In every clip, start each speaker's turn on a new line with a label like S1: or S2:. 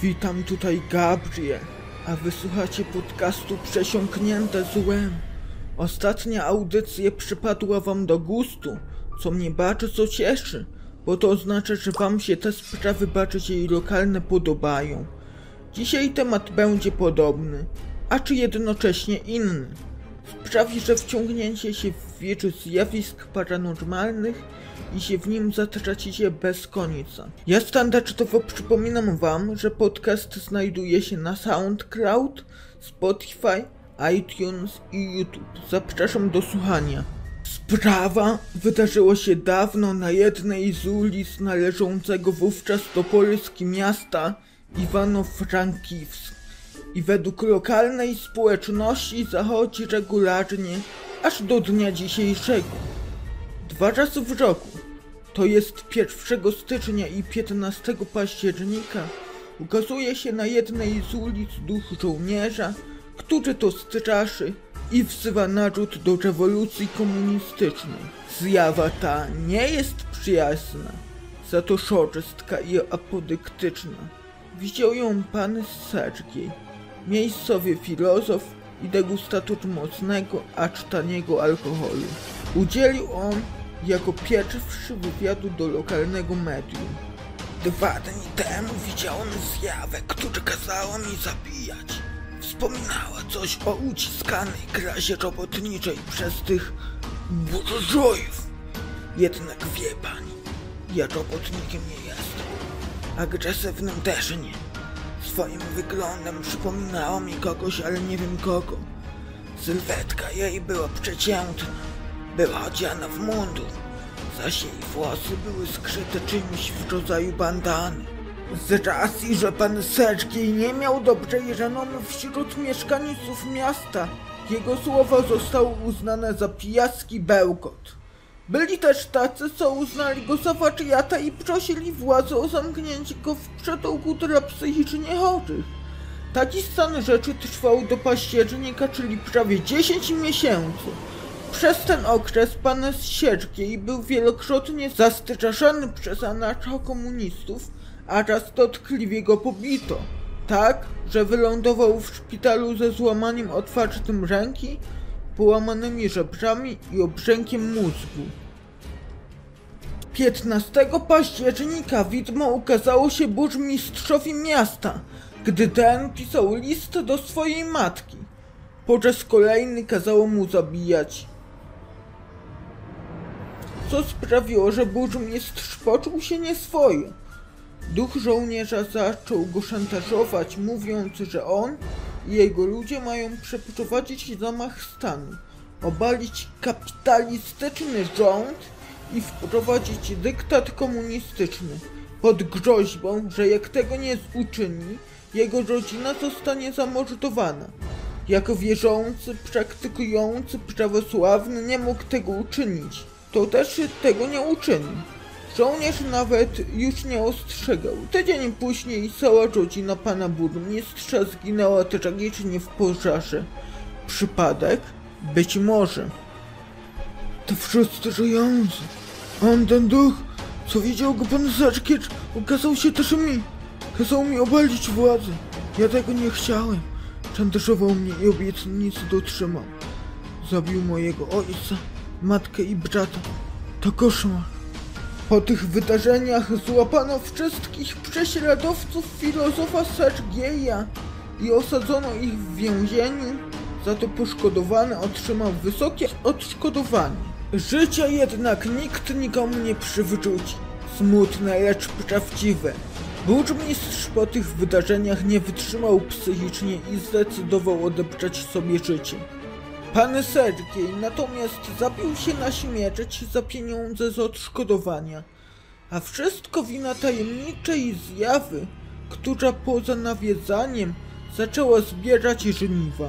S1: Witam tutaj Gabriel, a wysłuchacie podcastu Przesiąknięte Złem. Ostatnia audycja przypadła wam do gustu, co mnie bardzo cieszy, bo to oznacza, że wam się te sprawy bardziej lokalne podobają. Dzisiaj temat będzie podobny, a czy jednocześnie inny. Sprawi, że wciągnięcie się w wir zjawisk paranormalnych i się w nim zatracicie bez końca. Ja standardowo przypominam wam, że podcast znajduje się na SoundCloud, Spotify, iTunes i YouTube. Zapraszam do słuchania. Sprawa wydarzyła się dawno na jednej z ulic należącego wówczas do Polski miasta Iwano-Frankiwsk i według lokalnej społeczności zachodzi regularnie aż do dnia dzisiejszego. 2 razy w roku, to jest 1 stycznia i 15 października, ukazuje się na jednej z ulic duch żołnierza, który to straszy i wzywa naród do rewolucji komunistycznej. Zjawa ta nie jest przyjazna, za to szorystka i apodyktyczna. Widział ją pan Sergiej, miejscowy filozof i degustator mocnego, acz taniego alkoholu. Udzielił on jako pierwszy wywiadu do lokalnego medium. 2 dni temu widziałem zjawę, która kazała mi zabijać. Wspominała coś o uciskanej klasie robotniczej przez tych burżujów. Jednak wie pani, ja robotnikiem nie jestem. Agresywnym też nie. Swoim wyglądem przypominała mi kogoś, ale nie wiem kogo. Sylwetka jej była przeciętna. Była odziana w mundur, zaś jej włosy były skryte czymś w rodzaju bandany. Z racji, że pan Sergiej nie miał dobrej renomy wśród mieszkańców miasta, jego słowa zostały uznane za pijacki bełkot. Byli też tacy, co uznali go za wariata i prosili władze o zamknięcie go w przedołku dla psychicznie chorych. Taki stan rzeczy trwał do października, czyli prawie 10 miesięcy. Przez ten okres pan Sergiej był wielokrotnie zastraszany przez anarchokomunistów, a raz dotkliwie go pobito. Tak, że wylądował w szpitalu ze złamaniem otwartym ręki, połamanymi żebrami i obrzękiem mózgu. 15 października widmo ukazało się burmistrzowi miasta, gdy ten pisał list do swojej matki. Po raz kolejny kazało mu zabijać. Co sprawiło, że burmistrz poczuł się nieswojo. Duch żołnierza zaczął go szantażować, mówiąc, że on i jego ludzie mają przeprowadzić zamach stanu, obalić kapitalistyczny rząd i wprowadzić dyktat komunistyczny, pod groźbą, że jak tego nie uczyni, jego rodzina zostanie zamordowana. Jako wierzący, praktykujący prawosławny nie mógł tego uczynić, to też tego nie uczyni. Żołnierz nawet już nie ostrzegał. Tydzień później cała rodzina pana burmistrza zginęła tragicznie w pożarze. Przypadek? Być może. To frustrujące. On, ten duch, co widział go pan Sergiej, ukazał się też mi. Kazał mi obalić władzę. Ja tego nie chciałem. Szantażował mnie i obietnicy dotrzymał. Zabił mojego ojca, matkę i brata. To koszmar. Po tych wydarzeniach złapano wszystkich prześladowców filozofa Sergieja i osadzono ich w więzieniu. Za to poszkodowany otrzymał wysokie odszkodowanie. Życia jednak nikt nikomu nie przywróci. Smutne, lecz prawdziwe. Burmistrz po tych wydarzeniach nie wytrzymał psychicznie i zdecydował odebrać sobie życie. Pan Sergiej natomiast zabił się na śmierć za pieniądze z odszkodowania, a wszystko wina tajemniczej zjawy, która poza nawiedzaniem zaczęła zbierać żniwa.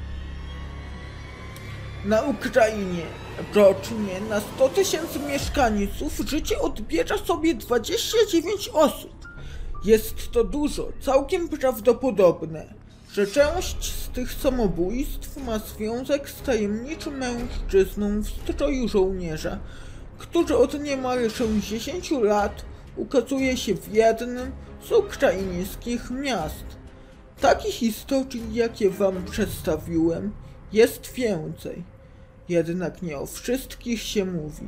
S1: Na Ukrainie rocznie na 100 000 mieszkańców życie odbiera sobie 29 osób. Jest to dużo, całkiem prawdopodobne, że część z tych samobójstw ma związek z tajemniczym mężczyzną w stroju żołnierza, który od niemal 60 lat ukazuje się w jednym z ukraińskich miast. Takich historii, jakie wam przedstawiłem, jest więcej. Jednak nie o wszystkich się mówi.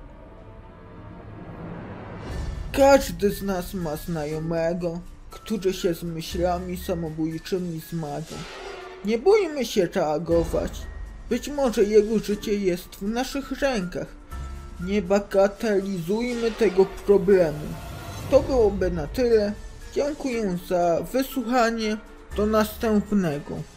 S1: Każdy z nas ma znajomego, który się z myślami samobójczymi zmaga. Nie bójmy się reagować. Być może jego życie jest w naszych rękach. Nie bagatelizujmy tego problemu. To byłoby na tyle. Dziękuję za wysłuchanie. Do następnego.